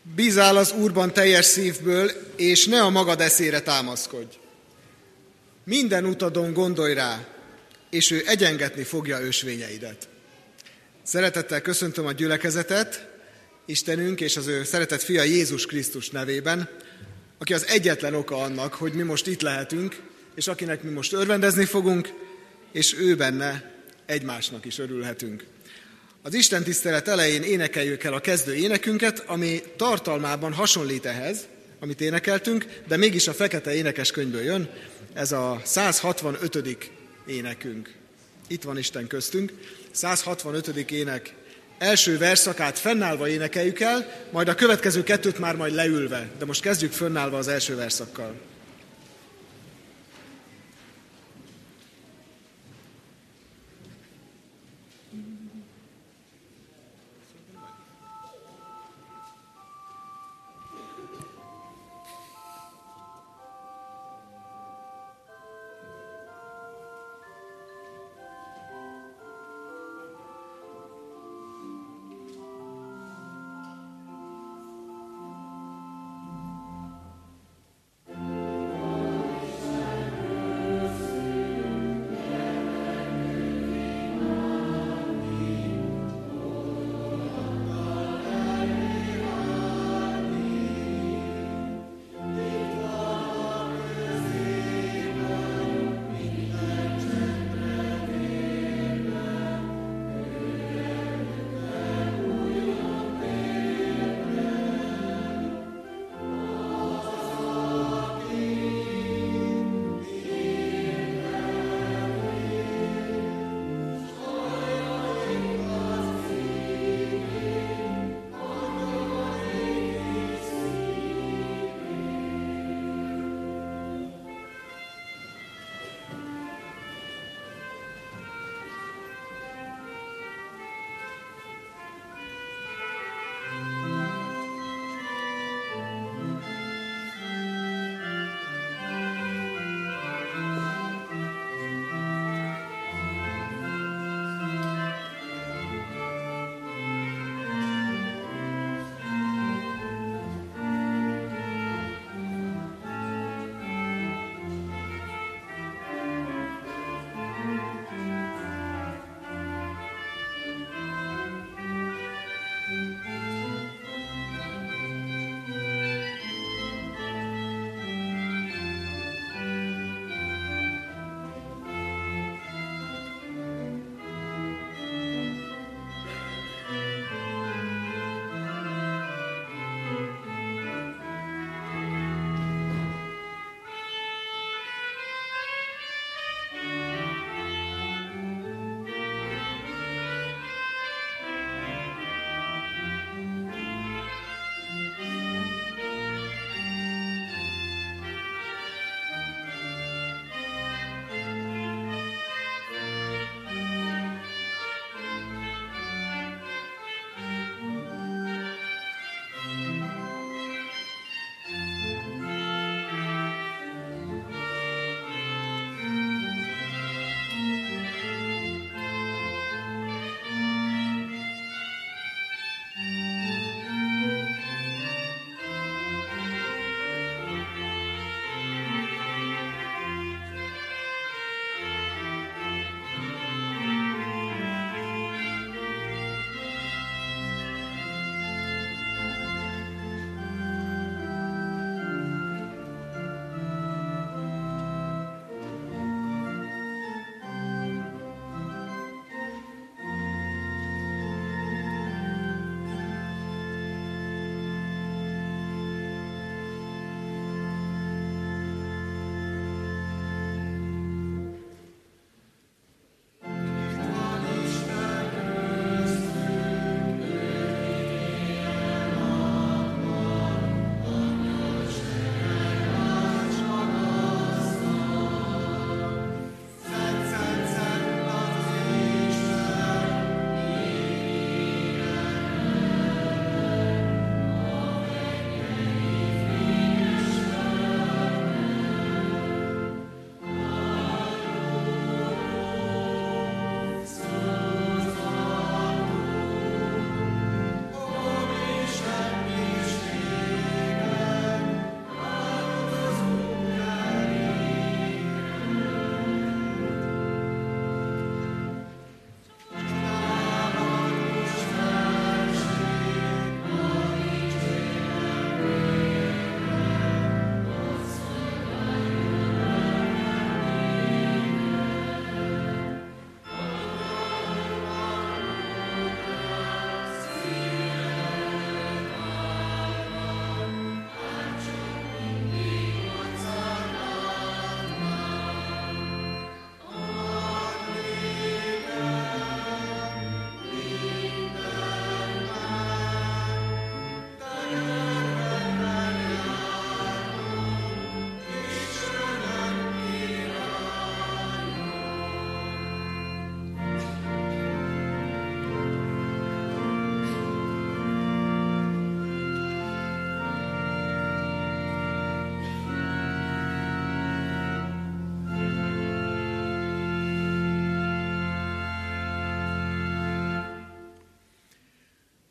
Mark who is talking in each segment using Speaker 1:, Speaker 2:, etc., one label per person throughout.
Speaker 1: Bízzál az Úrban teljes szívből, és ne a magad eszére támaszkodj. Minden utadon gondolj rá, és ő egyengetni fogja ösvényeidet. Szeretettel köszöntöm a gyülekezetet, Istenünk és az ő szeretett fia Jézus Krisztus nevében, aki az egyetlen oka annak, hogy mi most itt lehetünk, és akinek mi most örvendezni fogunk, és ő benne egymásnak is örülhetünk. Az Isten tisztelet elején énekeljük el a kezdő énekünket, ami tartalmában hasonlít ehhez, amit énekeltünk, de mégis a fekete énekeskönyvből jön, ez a 165. énekünk. Itt van Isten köztünk, 165. ének első verszakát fennállva énekeljük el, majd a következő kettőt már majd leülve, de most kezdjük fennállva az első verszakkal.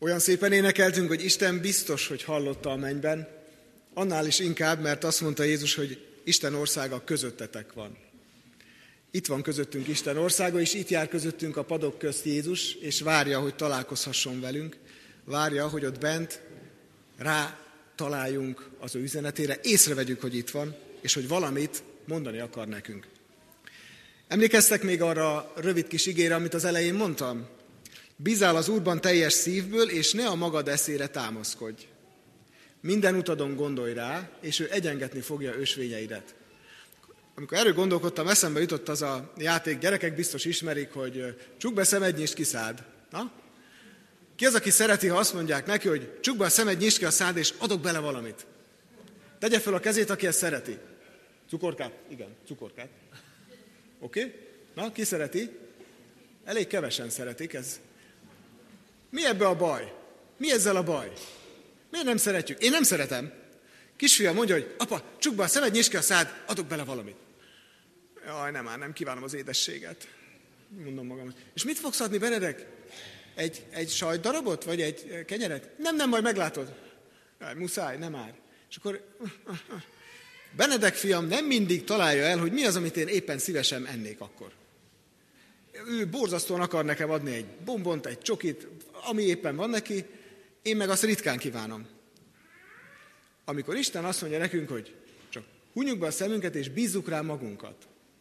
Speaker 1: Olyan szépen énekeltünk, hogy Isten biztos, hogy hallotta a mennyben, annál is inkább, mert azt mondta Jézus, hogy Isten országa közöttetek van. Itt van közöttünk Isten országa, és itt jár közöttünk a padok közt Jézus, és várja, hogy találkozhasson velünk, várja, hogy ott bent rá találjunk az ő üzenetére, észrevegyük, hogy itt van, és hogy valamit mondani akar nekünk. Emlékeztek még arra a rövid kis igére, amit az elején mondtam? Bízzál az Úrban teljes szívből, és ne a magad eszére támaszkodj. Minden utadon gondolj rá, és ő egyengetni fogja ösvényeidet. Amikor erről gondolkodtam, eszembe jutott az a játék, gyerekek biztos ismerik, hogy csukd be szemed, nyisd ki szád. Na? Ki az, aki szereti, ha azt mondják neki, hogy csukd be a szemed, nyisd ki a szád, és adok bele valamit? Tegye fel a kezét, aki ezt szereti. Cukorkát? Igen, cukorkát. Oké? Na, ki szereti? Elég kevesen szeretik ez. Mi ebbe a baj? Mi ezzel a baj? Miért nem szeretjük? Én nem szeretem. Kisfiam mondja, hogy apa, csukd be a szemed, nyisd ki a szád, adok bele valamit. Jaj, nem kívánom az édességet. Mondom magam. És mit fogsz adni, Benedek? Egy sajtdarabot, vagy egy kenyeret? Nem, majd meglátod. Jaj, muszáj, nem már. És akkor Benedek fiam nem mindig találja el, hogy mi az, amit én éppen szívesen ennék akkor. Ő borzasztóan akar nekem adni egy bombont, egy csokit, ami éppen van neki, én meg azt ritkán kívánom. Amikor Isten azt mondja nekünk, hogy csak hunyjuk be a szemünket és bízzuk rá magunkat.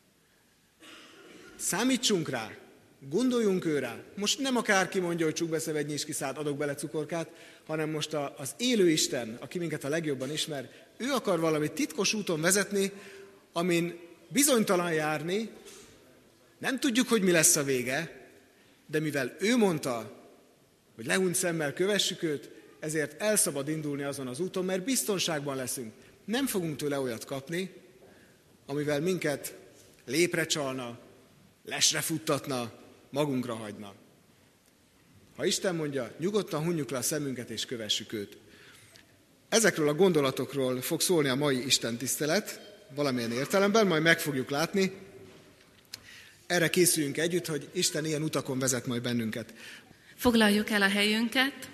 Speaker 1: Számítsunk rá, gondoljunk ő rá. Most nem akárki mondja, hogy csukd be szemed, nyisd ki szád, adok bele cukorkát, hanem most az élő Isten, aki minket a legjobban ismer, ő akar valami titkos úton vezetni, amin bizonytalan járni, nem tudjuk, hogy mi lesz a vége, de mivel ő mondta, hogy lehúnyt szemmel kövessük őt, ezért el szabad indulni azon az úton, mert biztonságban leszünk. Nem fogunk tőle olyat kapni, amivel minket lépre csalna, lesre futtatna, magunkra hagyna. Ha Isten mondja, nyugodtan hunjuk le a szemünket és kövessük őt. Ezekről a gondolatokról fog szólni a mai Isten tisztelet, valamilyen értelemben, majd meg fogjuk látni. Erre készüljünk együtt, hogy Isten ilyen utakon vezet majd bennünket.
Speaker 2: Foglaljuk el a helyünket,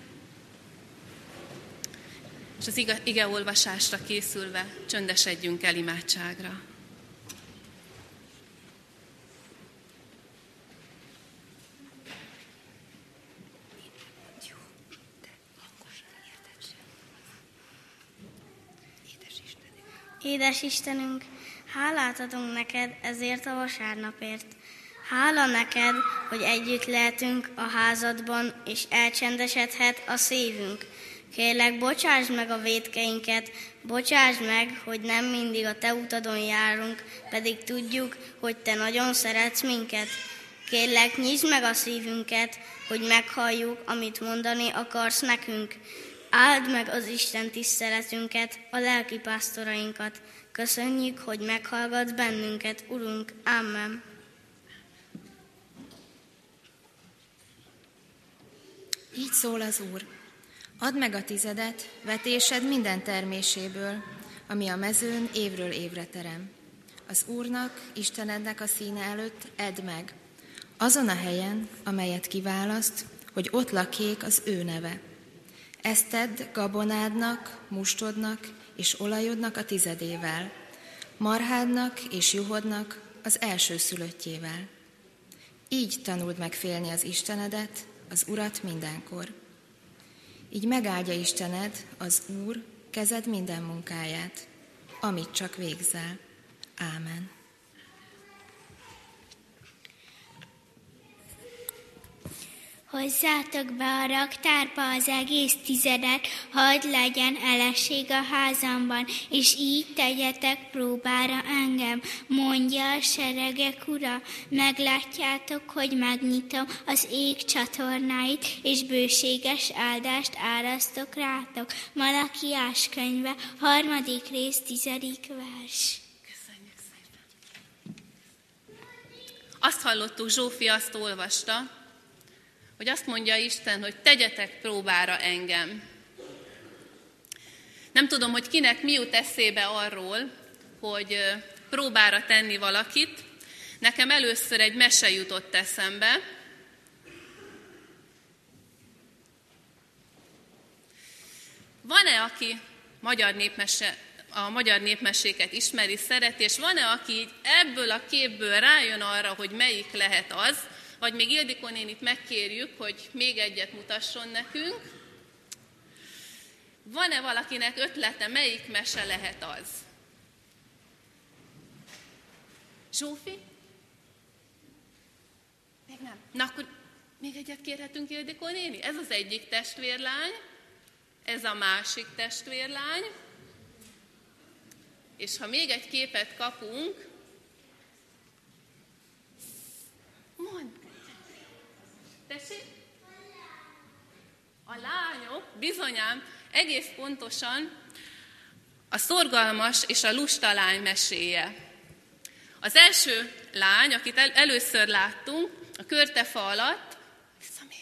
Speaker 2: és az igeolvasásra készülve csöndesedjünk el imádságra.
Speaker 3: Édes Istenünk, hálát adunk neked ezért a vasárnapért. Hála neked, hogy együtt lehetünk a házadban, és elcsendesedhet a szívünk. Kérlek, bocsásd meg a vétkeinket, bocsásd meg, hogy nem mindig a te utadon járunk, pedig tudjuk, hogy te nagyon szeretsz minket. Kérlek, nyisd meg a szívünket, hogy meghalljuk, amit mondani akarsz nekünk. Áld meg az Isten tiszteletünket, a lelkipásztorainkat. Köszönjük, hogy meghallgatsz bennünket, Urunk. Amen.
Speaker 4: Így szól az Úr. Add meg a tizedet, vetésed minden terméséből, ami a mezőn évről évre terem. Az Úrnak, Istenednek a színe előtt edd meg, azon a helyen, amelyet kiválaszt, hogy ott lakjék az ő neve. Ezt tedd gabonádnak, mustodnak és olajodnak a tizedével, marhádnak és juhodnak az elsőszülöttjével. Így tanuld meg félni az Istenedet, az Urat mindenkor. Így megáldja Istened, az Úr, kezed minden munkáját, amit csak végzel. Ámen.
Speaker 5: Hozzátok be a raktárba az egész tizedet, hadd legyen elesség a házamban, és így tegyetek próbára engem, mondja a seregek Ura. Meglátjátok, hogy megnyitom az ég csatornáit, és bőséges áldást árasztok rátok. Malakiás könyve, 3. rész, 10. vers.
Speaker 2: Köszönjük szépen. Azt hallottuk, Zsófi azt olvasta, hogy azt mondja Isten, hogy tegyetek próbára engem. Nem tudom, hogy kinek mi jut eszébe arról, hogy próbára tenni valakit. Nekem először egy mese jutott eszembe. Van-e, aki a magyar népmeséket ismeri, szereti, és van-e, aki így ebből a képből rájön arra, hogy melyik lehet az, vagy még Ildikó nénit megkérjük, hogy még egyet mutasson nekünk. Van-e valakinek ötlete, melyik mese lehet az? Zsófi? Még nem. Na akkor még egyet kérhetünk, Ildikó néni? Ez az egyik testvérlány, ez a másik testvérlány, és ha még egy képet kapunk, mondd! Tessék? A lányok, bizonyám, egész pontosan a szorgalmas és a lusta lány meséje. Az első lány, akit először láttunk, a körtefa alatt, visszamegy.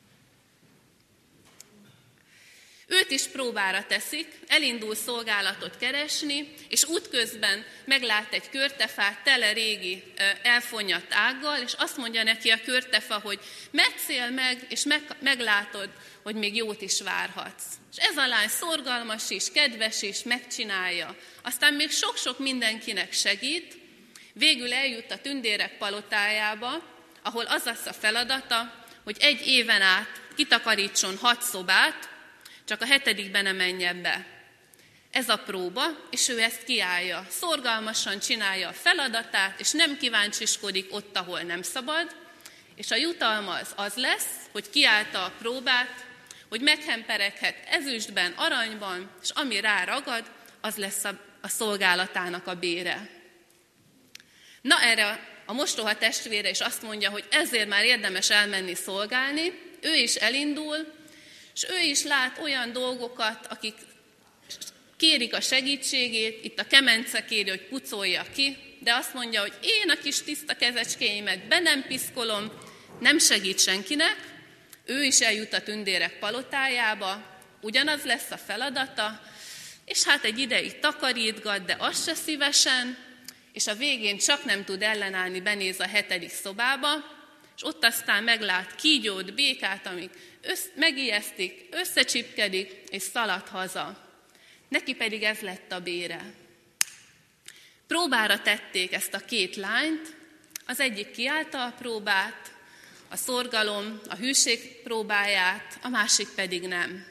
Speaker 2: Őt is próbára teszik, elindul szolgálatot keresni, és útközben meglát egy körtefát tele régi elfonnyat ággal, és azt mondja neki a körtefa, hogy metszél meg, és meglátod, hogy még jót is várhatsz. És ez a lány szorgalmas is, kedves is, megcsinálja. Aztán még sok-sok mindenkinek segít, végül eljut a tündérek palotájába, ahol az lesz a feladata, hogy 1 éven át kitakarítson 6 szobát, csak a 7. nem menjen be. Ez a próba, és ő ezt kiállja. Szorgalmasan csinálja a feladatát, és nem kíváncsiskodik ott, ahol nem szabad, és a jutalma az lesz, hogy kiállta a próbát, hogy meghempereghet ezüstben, aranyban, és ami rá ragad, az lesz a szolgálatának a bére. Na erre a mostoha testvére is azt mondja, hogy ezért már érdemes elmenni szolgálni, ő is elindul, és ő is lát olyan dolgokat, akik kérik a segítségét, itt a kemence kéri, hogy pucolja ki, de azt mondja, hogy én a kis tiszta kezecskéimet be nem piszkolom, nem segít senkinek, ő is eljut a tündérek palotájába, ugyanaz lesz a feladata, és hát egy ideig takarítgat, de az se szívesen, és a végén csak nem tud ellenállni, benéz a 7. szobába, és ott aztán meglát kígyót, békát, amik megijesztik, összecsipkedik, és szalad haza. Neki pedig ez lett a bére. Próbára tették ezt a 2 lányt, az egyik kiállta a próbát, a szorgalom, a hűség próbáját, a másik pedig nem.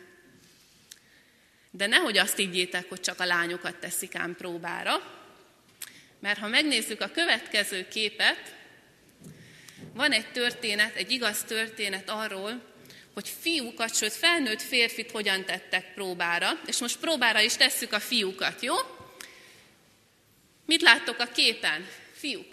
Speaker 2: De nehogy azt higgyétek, hogy csak a lányokat teszik ám próbára, mert ha megnézzük a következő képet, van egy történet, egy igaz történet arról, hogy fiúkat, sőt felnőtt férfit hogyan tettek próbára, és most próbára is tesszük a fiúkat, jó? Mit láttok a képen, fiúk?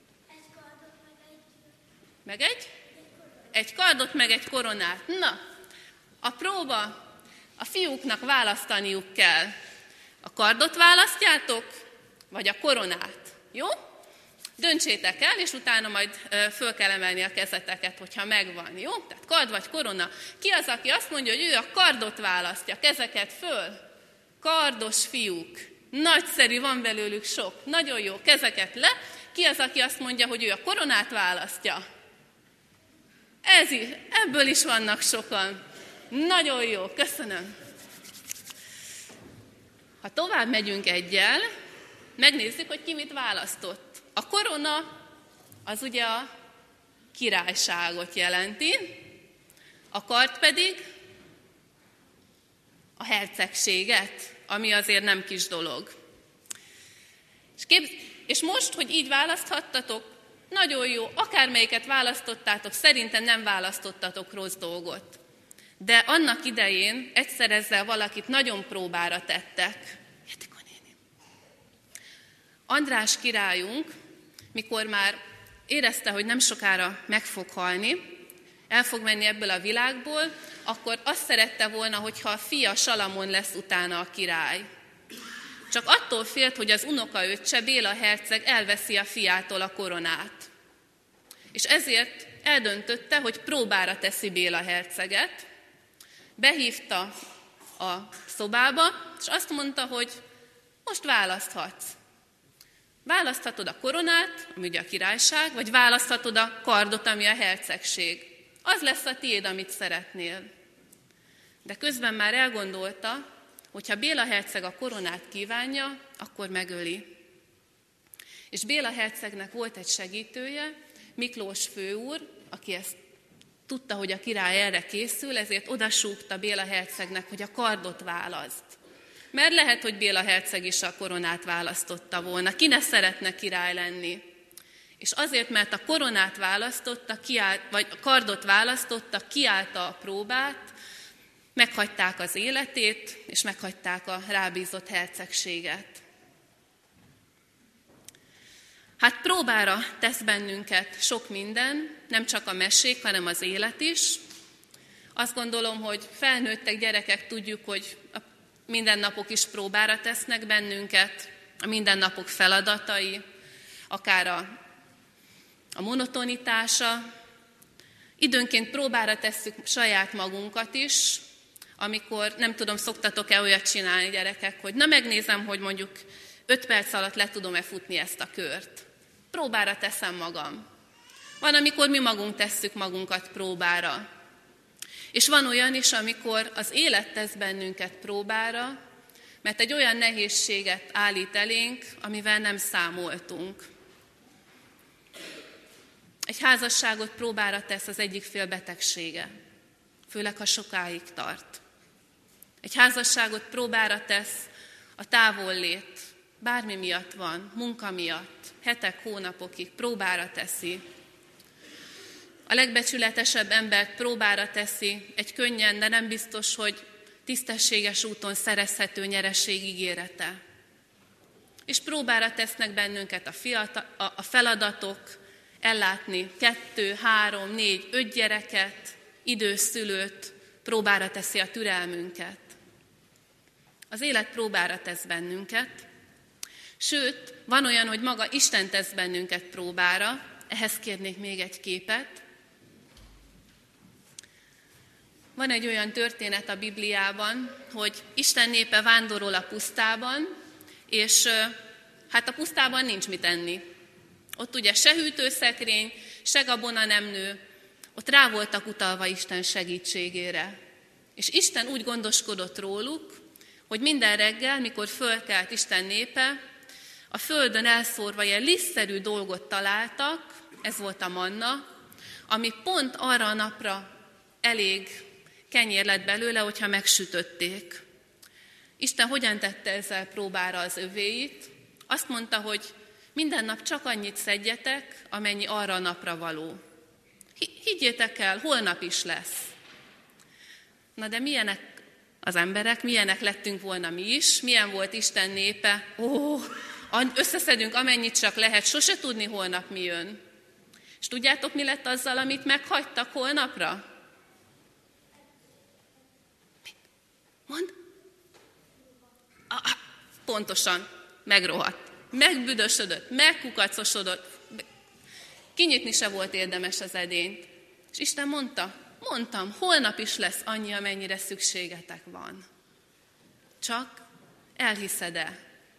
Speaker 2: Meg egy? Egy kardot, meg egy koronát. Na, a próba, a fiúknak választaniuk kell. A kardot választjátok, vagy a koronát, jó? Döntsétek el, és utána majd föl kell emelni a kezeteket, hogyha megvan, jó? Tehát kard vagy korona. Ki az, aki azt mondja, hogy ő a kardot választja, kezeket föl? Kardos fiúk. Nagyszerű, van belőlük sok. Nagyon jó, kezeket le. Ki az, aki azt mondja, hogy ő a koronát választja? Ebből is vannak sokan. Nagyon jó, köszönöm. Ha tovább megyünk egyel, megnézzük, hogy ki mit választott. A korona az ugye a királyságot jelenti, a kard pedig a hercegséget, ami azért nem kis dolog. És most, hogy így választhattatok, nagyon jó, akármelyiket választottátok, szerintem nem választottatok rossz dolgot. De annak idején egyszer ezzel valakit nagyon próbára tettek. András királyunk, mikor már érezte, hogy nem sokára meg fog halni, el fog menni ebből a világból, akkor azt szerette volna, hogyha a fia Salamon lesz utána a király. Csak attól félt, hogy az unokaöccse Béla herceg elveszi a fiától a koronát. És ezért eldöntötte, hogy próbára teszi Béla herceget, behívta a szobába, és azt mondta, hogy most választhatsz. Választhatod a koronát, ami ugye a királyság, vagy választhatod a kardot, ami a hercegség. Az lesz a tiéd, amit szeretnél. De közben már elgondolta, hogyha Béla herceg a koronát kívánja, akkor megöli. És Béla hercegnek volt egy segítője, Miklós főúr, aki ezt tudta, hogy a király erre készül, ezért odasúgta Béla hercegnek, hogy a kardot választ. Mert lehet, hogy Béla herceg is a koronát választotta volna. Ki ne szeretne király lenni? És azért, mert a koronát választotta, vagy a kardot választotta, kiállta a próbát, meghagyták az életét, és meghagyták a rábízott hercegséget. Hát próbára tesz bennünket sok minden, nem csak a mesék, hanem az élet is. Azt gondolom, hogy felnőttek gyerekek tudjuk, hogy a mindennapok is próbára tesznek bennünket, a mindennapok feladatai, akár a monotonitása. Időnként próbára tesszük saját magunkat is, amikor, nem tudom, szoktatok-e olyat csinálni gyerekek, hogy na megnézem, hogy mondjuk 5 perc alatt le tudom-e futni ezt a kört. Próbára teszem magam. Van, amikor mi magunk tesszük magunkat próbára. És van olyan is, amikor az élet tesz bennünket próbára, mert egy olyan nehézséget állít elénk, amivel nem számoltunk. Egy házasságot próbára tesz az egyik fél betegsége, főleg ha sokáig tart. Egy házasságot próbára tesz a távollét, bármi miatt van, munka miatt, hetek, hónapokig próbára teszi. A legbecsületesebb embert próbára teszi egy könnyen, de nem biztos, hogy tisztességes úton szerezhető nyereség ígérete. És próbára tesznek bennünket a feladatok, ellátni 2, 3, 4, 5 gyereket, idős szülőt, próbára teszi a türelmünket. Az élet próbára tesz bennünket, sőt, van olyan, hogy maga Isten tesz bennünket próbára, ehhez kérnék még egy képet. Van egy olyan történet a Bibliában, hogy Isten népe vándorol a pusztában, és hát a pusztában nincs mit enni. Ott ugye se hűtőszekrény, se gabona nem nő, ott rá voltak utalva Isten segítségére. És Isten úgy gondoskodott róluk, hogy minden reggel, mikor fölkelt Isten népe, a földön elszórva ilyen lisztszerű dolgot találtak, ez volt a manna, ami pont arra a napra elég kenyér lett belőle, hogyha megsütötték. Isten hogyan tette ezzel próbára az övéit? Azt mondta, hogy minden nap csak annyit szedjetek, amennyi arra a napra való. Higgyétek el, holnap is lesz. Na de milyenek az emberek, milyenek lettünk volna mi is, milyen volt Isten népe? Összeszedünk amennyit csak lehet, sose tudni holnap mi jön. És tudjátok, mi lett azzal, amit meghagytak holnapra? Mond? Pontosan, megrohadt, megbüdösödött, megkukacosodott, kinyitni se volt érdemes az edényt. És Isten mondtam, holnap is lesz annyi, amennyire szükségetek van. Csak elhiszed-e?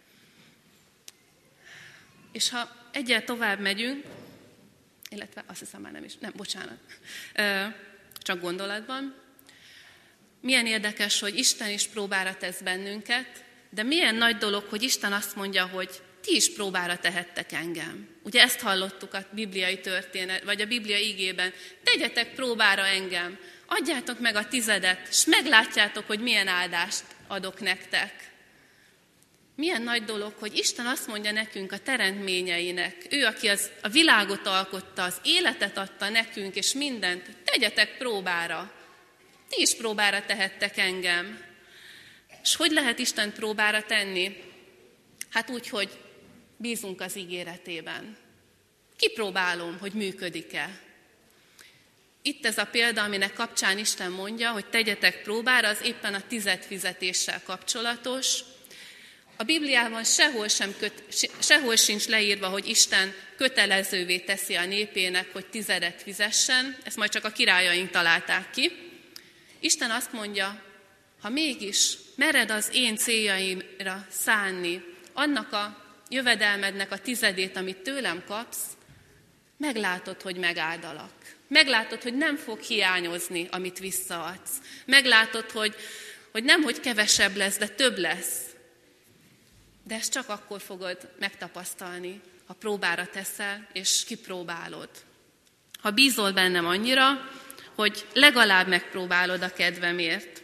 Speaker 2: És ha egyel tovább megyünk, illetve azt hiszem már bocsánat, csak gondolatban, milyen érdekes, hogy Isten is próbára tesz bennünket, de milyen nagy dolog, hogy Isten azt mondja, hogy ti is próbára tehettek engem. Ugye ezt hallottuk a bibliai történet, vagy a Biblia ígében. Tegyetek próbára engem, adjátok meg a 10, és meglátjátok, hogy milyen áldást adok nektek. Milyen nagy dolog, hogy Isten azt mondja nekünk a teremtményeinek, ő, aki a világot alkotta, az életet adta nekünk, és mindent, tegyetek próbára. Ti is próbára tehettek engem. És hogy lehet Isten próbára tenni? Hát úgy, hogy bízunk az ígéretében. Kipróbálom, hogy működik-e. Itt ez a példa, aminek kapcsán Isten mondja, hogy tegyetek próbára, az éppen a 10 fizetéssel kapcsolatos. A Bibliában sehol sincs leírva, hogy Isten kötelezővé teszi a népének, hogy 10 fizessen, ezt majd csak a királyaink találták ki. Isten azt mondja, ha mégis mered az én céljaimra szánni annak a jövedelmednek a 10, amit tőlem kapsz, meglátod, hogy megáldalak. Meglátod, hogy nem fog hiányozni, amit visszaadsz. Meglátod, nemhogy kevesebb lesz, de több lesz. De ezt csak akkor fogod megtapasztalni, ha próbára teszel, és kipróbálod. Ha bízol bennem annyira, hogy legalább megpróbálod a kedvemért.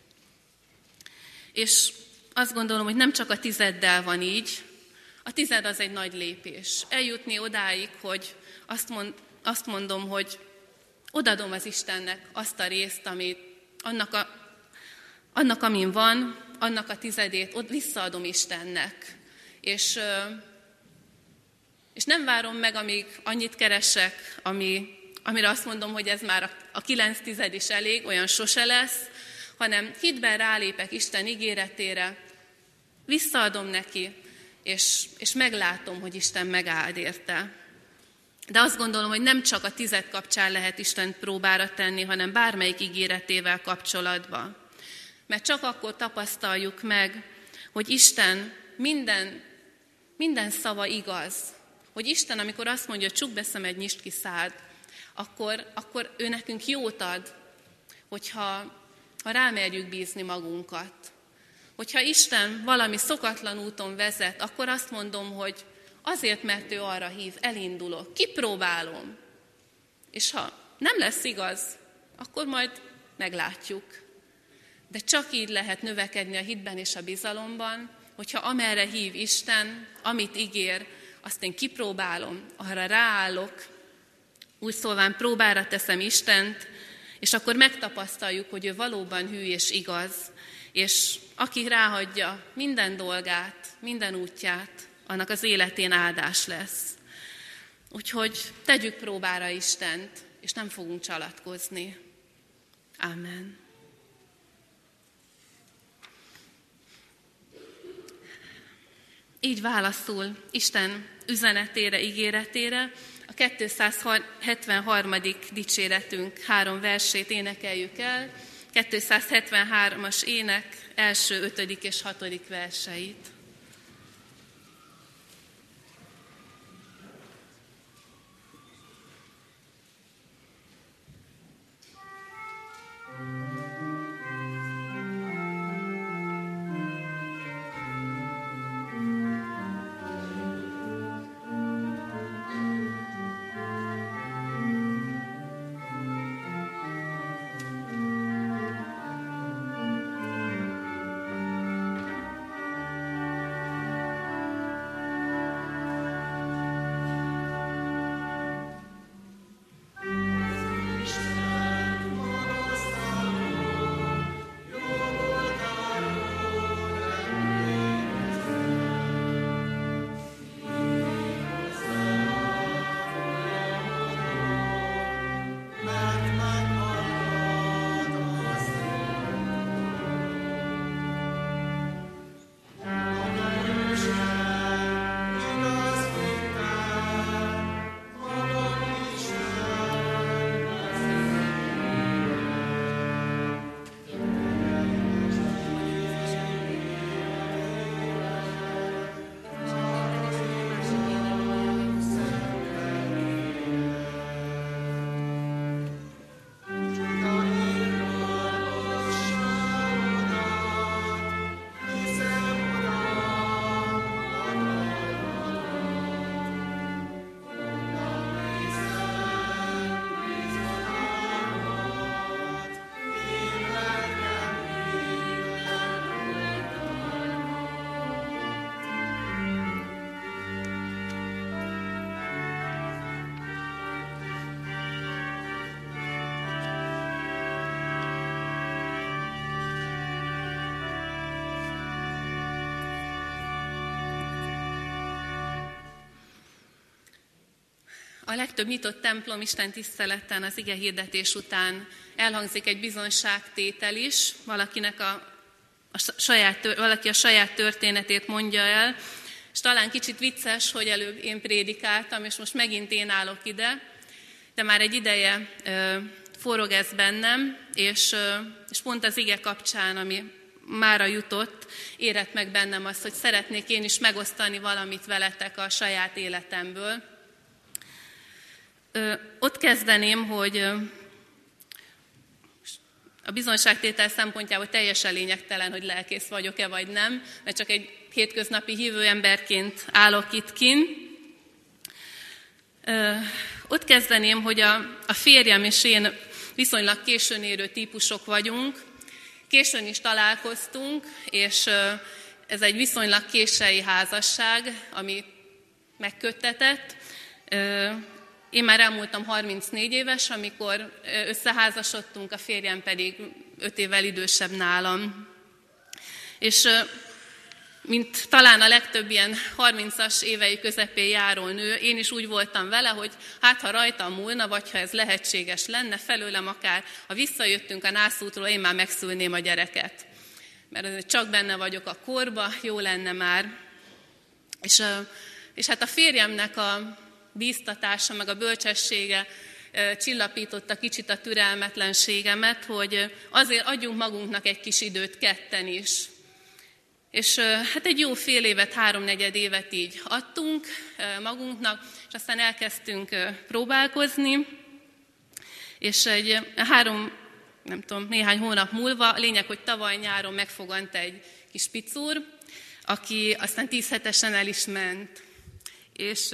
Speaker 2: És azt gondolom, hogy nem csak a 10-del van így, a 10 az egy nagy lépés. Eljutni odáig, hogy azt mondom, hogy odadom az Istennek azt a részt, amit annak, amin van, annak a 10 ott visszaadom Istennek. És nem várom meg, amíg annyit keresek, amire azt mondom, hogy ez már a 9/10 is elég, olyan sose lesz, hanem hitben rálépek Isten ígéretére, visszaadom neki, és meglátom, hogy Isten megáld érte. De azt gondolom, hogy nem csak a 10 kapcsán lehet Istent próbára tenni, hanem bármelyik ígéretével kapcsolatban. Mert csak akkor tapasztaljuk meg, hogy Isten minden szava igaz. Hogy Isten, amikor azt mondja, hogy csukd be szemed, nyisd ki szád, akkor ő nekünk jót ad, hogyha rámerjük bízni magunkat. Hogyha Isten valami szokatlan úton vezet, akkor azt mondom, hogy azért, mert ő arra hív, elindulok, kipróbálom. És ha nem lesz igaz, akkor majd meglátjuk. De csak így lehet növekedni a hitben és a bizalomban, hogyha amerre hív Isten, amit ígér, azt én kipróbálom, arra ráállok, úgy szólván próbára teszem Istent, és akkor megtapasztaljuk, hogy ő valóban hű és igaz, és aki ráhagyja minden dolgát, minden útját, annak az életén áldás lesz. Úgyhogy tegyük próbára Istent, és nem fogunk csalatkozni. Amen. Így válaszol Isten üzenetére, ígéretére. A 273. dicséretünk 3 versét énekeljük el. 273-as ének első, 5. és 6. verseit. A legtöbb nyitott templom Isten tiszteleten az ige hirdetés után elhangzik egy bizonyságtétel is, valaki a saját történetét mondja el, és talán kicsit vicces, hogy előbb én prédikáltam, és most megint én állok ide, de már egy ideje forog ez bennem, és pont az ige kapcsán, ami mára jutott, érett meg bennem az, hogy szeretnék én is megosztani valamit veletek a saját életemből. Ott kezdeném, hogy a bizonyságtétel szempontjából teljesen lényegtelen, hogy lelkész vagyok-e vagy nem, mert csak egy hétköznapi hívő emberként állok itt kint. Ott kezdeném, hogy a férjem és én viszonylag későn érő típusok vagyunk. Későn is találkoztunk, és ez egy viszonylag késői házasság, ami megköttetett. Én már elmúltam 34 éves, amikor összeházasodtunk, a férjem pedig 5 évvel idősebb nálam. És mint talán a legtöbb ilyen 30-as évei közepén járó nő, én is úgy voltam vele, hogy hát ha rajtam múlna, vagy ha ez lehetséges lenne, felőlem akár, ha visszajöttünk a nászútról, én már megszülném a gyereket. Mert csak benne vagyok a korba, jó lenne már. És hát a férjemnek a bíztatása, meg a bölcsessége csillapította kicsit a türelmetlenségemet, hogy azért adjunk magunknak egy kis időt ketten is. És hát egy jó fél évet, 3-4 évet így adtunk magunknak, és aztán elkezdtünk próbálkozni, és néhány hónap múlva, lényeg, hogy tavaly nyáron megfogant egy kis picúr, aki aztán 10 hetesen el is ment. És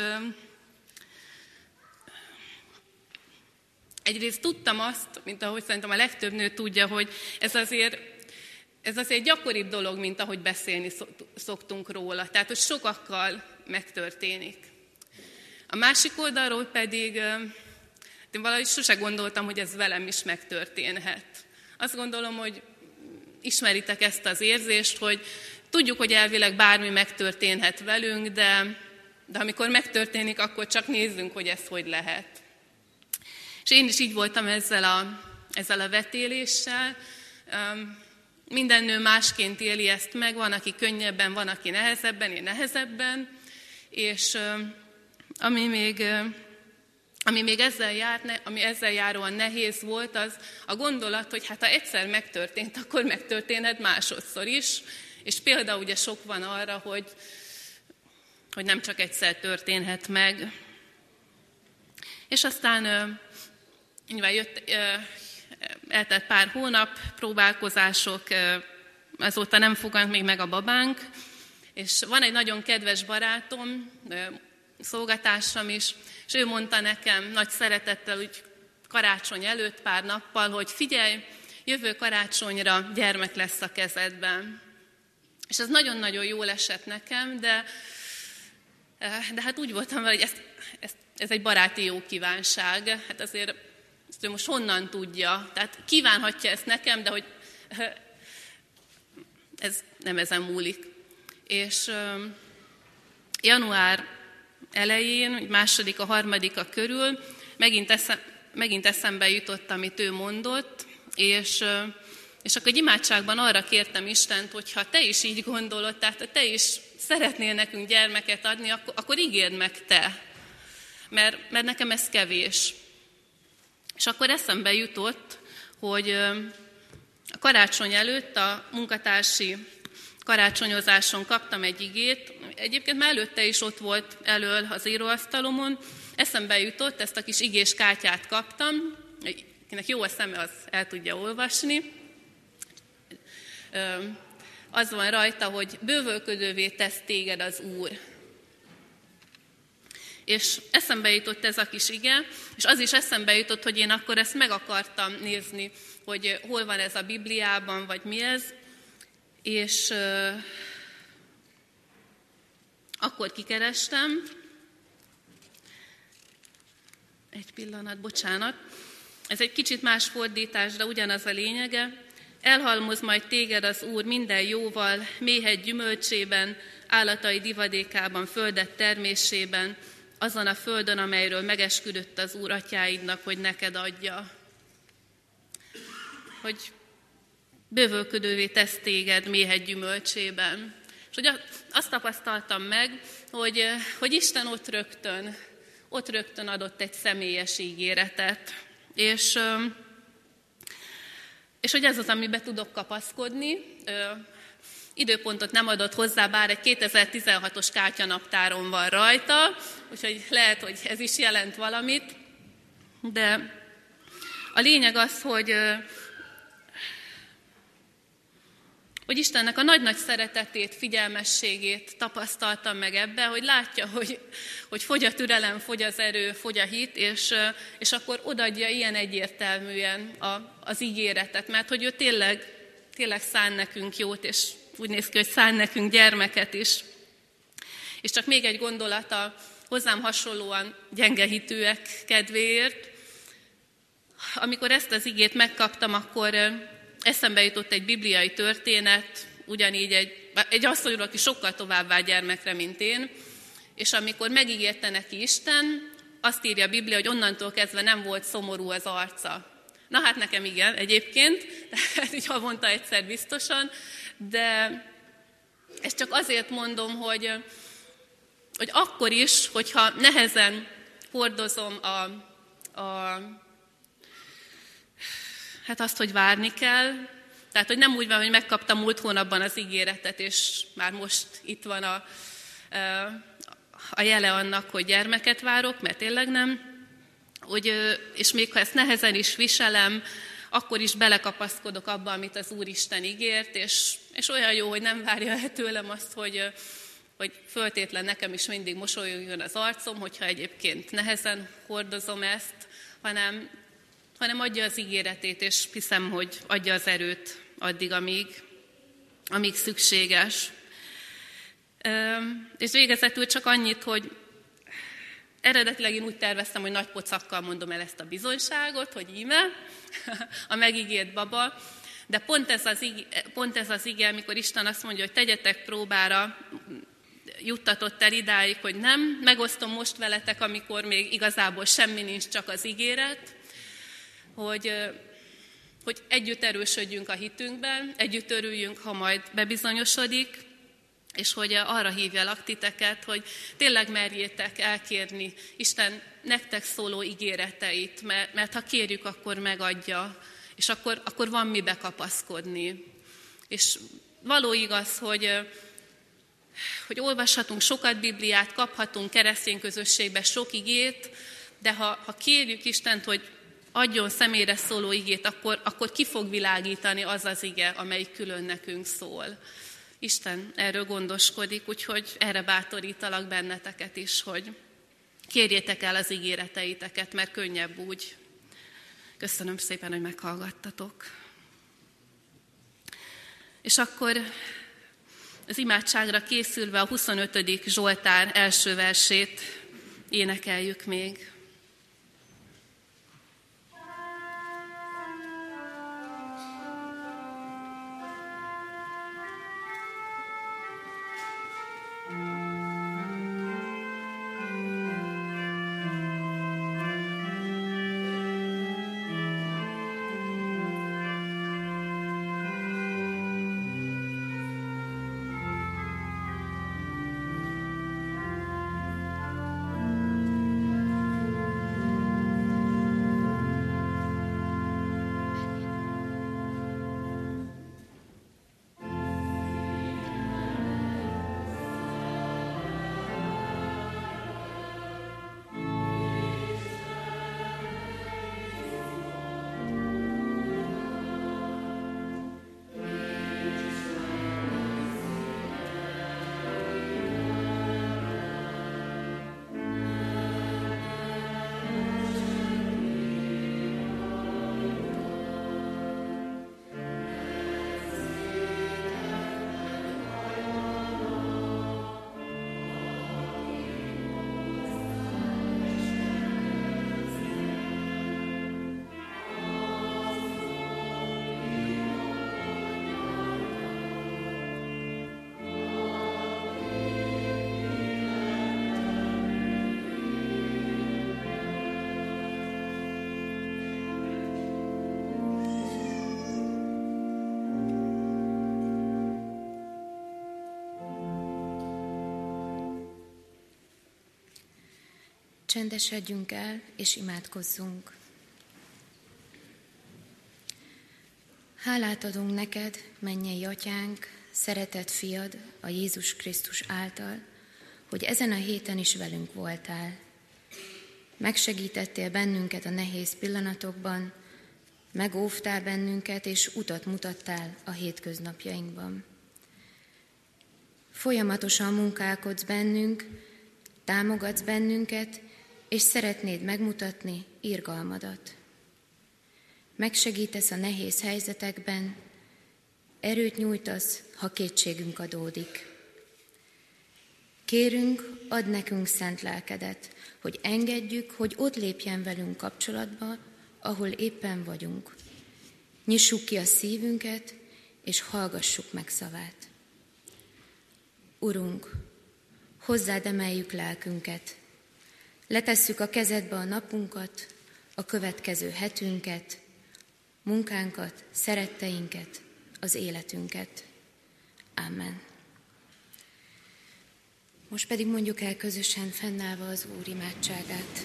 Speaker 2: egyrészt tudtam azt, mint ahogy szerintem a legtöbb nő tudja, hogy ez azért gyakoribb dolog, mint ahogy beszélni szoktunk róla. Tehát, hogy sokakkal megtörténik. A másik oldalról pedig én valahogy sose gondoltam, hogy ez velem is megtörténhet. Azt gondolom, hogy ismeritek ezt az érzést, hogy tudjuk, hogy elvileg bármi megtörténhet velünk, de amikor megtörténik, akkor csak nézzünk, hogy ez hogy lehet. És én is így voltam ezzel a vetéléssel. Minden nő másként éli ezt meg, van, aki könnyebben, van, aki nehezebben, én nehezebben, és ami még ezzel járóan nehéz volt, az a gondolat, hogy hát ha egyszer megtörtént, akkor megtörténhet másodszor is, és példa ugye sok van arra, hogy nem csak egyszer történhet meg. És aztán nyilván eltelt pár hónap, próbálkozások, azóta nem fogant még meg a babánk, és van egy nagyon kedves barátom, szolgatársam is, és ő mondta nekem nagy szeretettel, úgy karácsony előtt pár nappal, hogy figyelj, jövő karácsonyra gyermek lesz a kezedben. És ez nagyon-nagyon jól esett nekem, de hát úgy voltam vele, hogy ez egy baráti jó kívánság. Hát azért ezt ő most honnan tudja? Tehát kívánhatja ezt nekem, de hogy ez nem ezen múlik. És január elején, második, a harmadika körül megint eszembe jutott, amit ő mondott, és akkor egy imádságban arra kértem Istent, hogy ha te is így gondolod, tehát te is szeretnél nekünk gyermeket adni, akkor ígérd meg te, mert nekem ez kevés. És akkor eszembe jutott, hogy a karácsony előtt a munkatársi karácsonyozáson kaptam egy igét, egyébként már előtte is ott volt elől az íróasztalomon, eszembe jutott, ezt a kis igés kártyát kaptam, akinek jó a szeme, az el tudja olvasni. Az van rajta, hogy bővölködővé tesz téged az Úr. És eszembe jutott ez a kis ige, és az is eszembe jutott, hogy én akkor ezt meg akartam nézni, hogy hol van ez a Bibliában, vagy mi ez, és akkor kikerestem, egy pillanat, bocsánat, ez egy kicsit más fordítás, de ugyanaz a lényege. Elhalmoz majd téged az Úr minden jóval, méhed gyümölcsében, állatai divadékában, földet termésében, azon a földön, amelyről megesküdött az Úr atyáidnak, hogy neked adja. Hogy bővölködővé tesz téged méhed gyümölcsében. És hogy azt tapasztaltam meg, hogy Isten ott rögtön adott egy személyes ígéretet. És hogy ez az, amiben tudok kapaszkodni. Időpontot nem adott hozzá, bár egy 2016-os kártyanaptáron van rajta, úgyhogy lehet, hogy ez is jelent valamit. De a lényeg az, hogy hogy Istennek a nagy-nagy szeretetét, figyelmességét tapasztaltam meg ebbe, hogy látja, hogy fogy a türelem, fogy az erő, fogy a hit, és akkor odaadja ilyen egyértelműen az ígéretet, mert hogy ő tényleg szán nekünk jót, és úgy néz ki, hogy szán nekünk gyermeket is. És csak még egy gondolat a hozzám hasonlóan gyenge hitűek kedvéért. Amikor ezt az igét megkaptam, akkor eszembe jutott egy bibliai történet, ugyanígy egy asszonyról, aki sokkal tovább vált gyermekre, mint én, és amikor megígérte neki Isten, azt írja a Biblia, hogy onnantól kezdve nem volt szomorú az arca. Na hát nekem igen, egyébként, tehát így havonta egyszer biztosan, de ezt csak azért mondom, hogy akkor is, hogyha nehezen hordozom hát azt, hogy várni kell, tehát hogy nem úgy van, hogy megkaptam múlt hónapban az ígéretet, és már most itt van a jele annak, hogy gyermeket várok, mert tényleg nem, és még ha ezt nehezen is viselem, akkor is belekapaszkodok abba, amit az Úristen ígért, és olyan jó, hogy nem várja el tőlem azt, hogy föltétlen nekem is mindig mosolyogjon az arcom, hogyha egyébként nehezen hordozom ezt, hanem adja az ígéretét, és hiszem, hogy adja az erőt addig, amíg szükséges. És végezetül csak annyit, hogy eredetileg én úgy terveztem, hogy nagy pocakkal mondom el ezt a bizonyságot, hogy íme, a megígért baba, de pont ez az ige, amikor Isten azt mondja, hogy tegyetek próbára, juttatott el idáig, hogy nem, megosztom most veletek, amikor még igazából semmi nincs, csak az ígéret, hogy együtt erősödjünk a hitünkben, együtt örüljünk, ha majd bebizonyosodik, és hogy arra hívjalak titeket, hogy tényleg merjétek elkérni Isten nektek szóló ígéreteit, mert ha kérjük, akkor megadja, és akkor van mibe kapaszkodni. És való igaz, hogy olvashatunk sokat Bibliát, kaphatunk keresztény közösségbe sok igét, de ha kérjük Istent, hogy adjon személyre szóló igét, akkor ki fog világítani az az ige, amelyik külön nekünk szól. Isten erről gondoskodik, úgyhogy erre bátorítalak benneteket is, hogy kérjétek el az ígéreteiteket, mert könnyebb úgy. Köszönöm szépen, hogy meghallgattatok. És akkor az imádságra készülve a 25. Zsoltár első versét énekeljük még.
Speaker 4: Csendesedjünk el, és imádkozzunk. Hálát adunk neked, mennyei atyánk, szeretett fiad, a Jézus Krisztus által, hogy ezen a héten is velünk voltál. Megsegítettél bennünket a nehéz pillanatokban, Megóvtál bennünket, és utat mutattál a hétköznapjainkban. Folyamatosan munkálkodsz bennünk, támogatsz bennünket, és szeretnéd megmutatni irgalmadat. Megsegítesz a nehéz helyzetekben, erőt nyújtasz, ha kétségünk adódik. Kérünk, add nekünk szent lelkedet, hogy engedjük, hogy ott lépjen velünk kapcsolatba, ahol éppen vagyunk. Nyissuk ki a szívünket, és hallgassuk meg szavát. Urunk, hozzád emeljük lelkünket. Letesszük a kezedbe a napunkat, a következő hetünket, munkánkat, szeretteinket, az életünket. Amen. Most pedig mondjuk el közösen fennállva az Úr imádságát.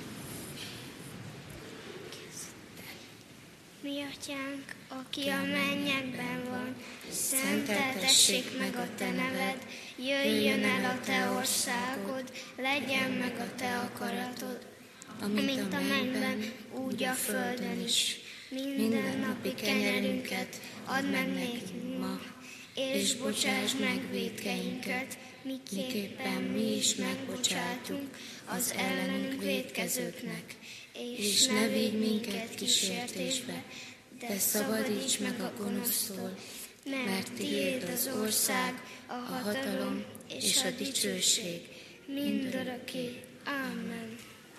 Speaker 3: Mi atyánk, aki a mennyekben van, szenteltessék meg a te neved, jöjjön el a te országod, legyen meg a te akaratod, amint a mennyben, úgy a földön is. Minden napi kenyerünket add meg nékünk ma, és bocsáss meg vétkeinket, miképpen mi is megbocsátunk az ellenünk vétkezőknek. És ne vigy minket kísértésbe, de szabadíts meg a gonosztól, mert tiéd az ország, a hatalom és a dicsőség mindörökké. Amen.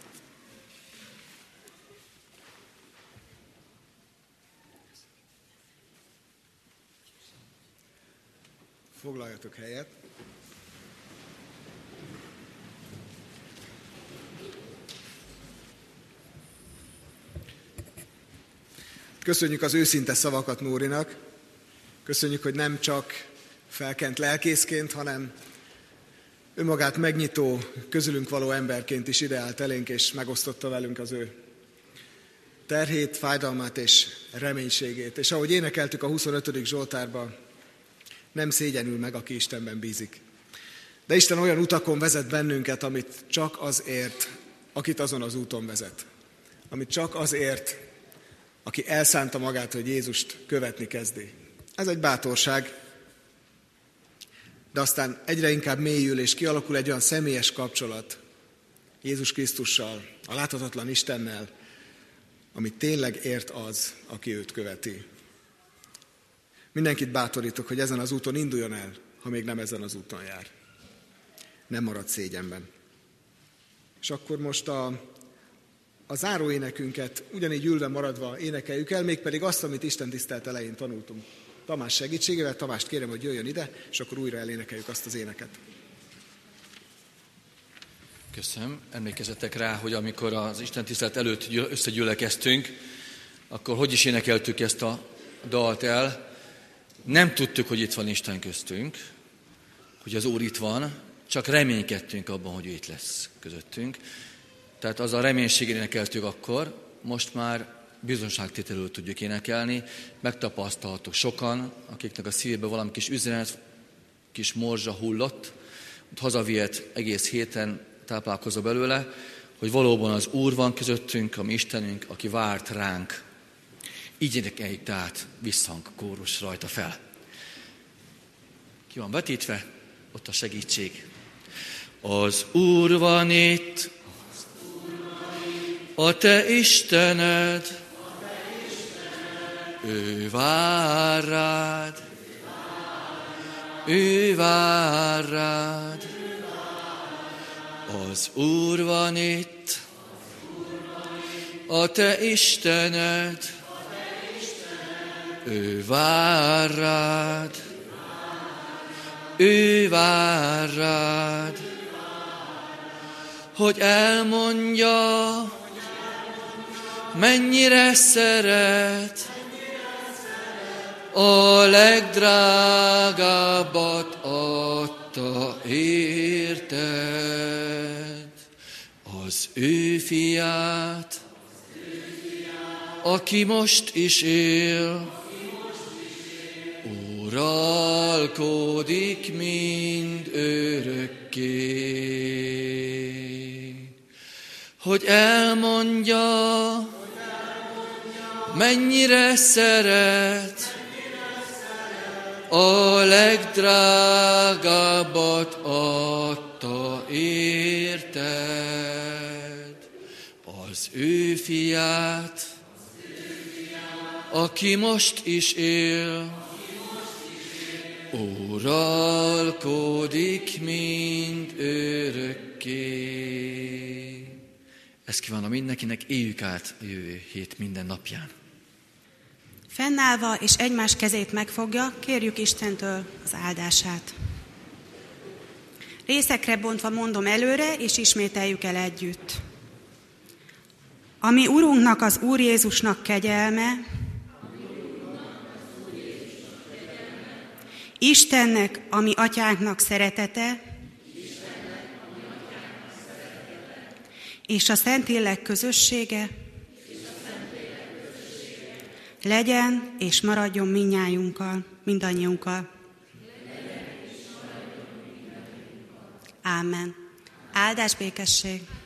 Speaker 1: Foglaljatok helyet. Köszönjük az őszinte szavakat Nórinak. Köszönjük, hogy nem csak felkent lelkészként, hanem önmagát megnyitó, közülünk való emberként is ideált elénk, és megosztotta velünk az ő terhét, fájdalmát és reménységét. És ahogy énekeltük a 25. Zsoltárban, nem szégyenül meg, aki Istenben bízik. De Isten olyan utakon vezet bennünket, amit csak azért, akit azon az úton vezet. Amit csak azért, aki elszánta magát, hogy Jézust követni kezdi. Ez egy bátorság, de aztán egyre inkább mélyül és kialakul egy olyan személyes kapcsolat Jézus Krisztussal, a láthatatlan Istennel, amit tényleg ért az, aki őt követi. Mindenkit bátorítok, hogy ezen az úton induljon el, ha még nem ezen az úton jár. Nem marad szégyenben. És akkor most a záróénekünket ugyanígy ülve maradva énekeljük el, mégpedig azt, amit Isten tisztelt elején tanultunk. Tamás segítségével, Tamást kérem, hogy jöjjön ide, és akkor újra elénekeljük azt az éneket.
Speaker 6: Köszönöm. Emlékezzetek rá, hogy amikor az Isten tisztelet előtt összegyülekeztünk, akkor hogy is énekeltük ezt a dalt el. Nem tudtuk, hogy itt van Isten köztünk, hogy az Úr itt van, csak reménykedtünk abban, hogy ő itt lesz közöttünk. Tehát az a reménységén énekeltük akkor, most már bizonságtételül tudjuk énekelni, megtapasztaltuk sokan, akiknek a szívébe valami kis üzenet, kis morzsa hullott, ott hazavihet egész héten táplálkozó belőle, hogy valóban az Úr van közöttünk, a mi Istenünk, aki várt ránk. Így énekeljük tehát visszhang kórus rajta fel. Ki van vetítve? Ott a segítség. Az Úr van itt, a te Istened, ő vár rád, ő vár rád. Az Úr van itt, a te Istened, ő vár rád, ő vár rád, hogy elmondja, mennyire szeret, a legdrágábbat adta érted, az ő fiát, aki most is él, uralkodik mind örökké. Hogy elmondja, mennyire szeret, a legdrágábbat adta érted, az ő fiát, aki most is él, uralkodik mind örökké. Ezt kívánom mindenkinek, éljük át a jövő hét minden napján.
Speaker 7: Fennállva és egymás kezét megfogja, kérjük Istentől az áldását. Részekre bontva mondom előre, és ismételjük el együtt. Ami Urunknak, az Úr Jézusnak kegyelme, Istennek, ami Atyánknak szeretete, és a Szentlélek közössége legyen és maradjon mindannyiunkkal. Ámen. Áldás, békesség!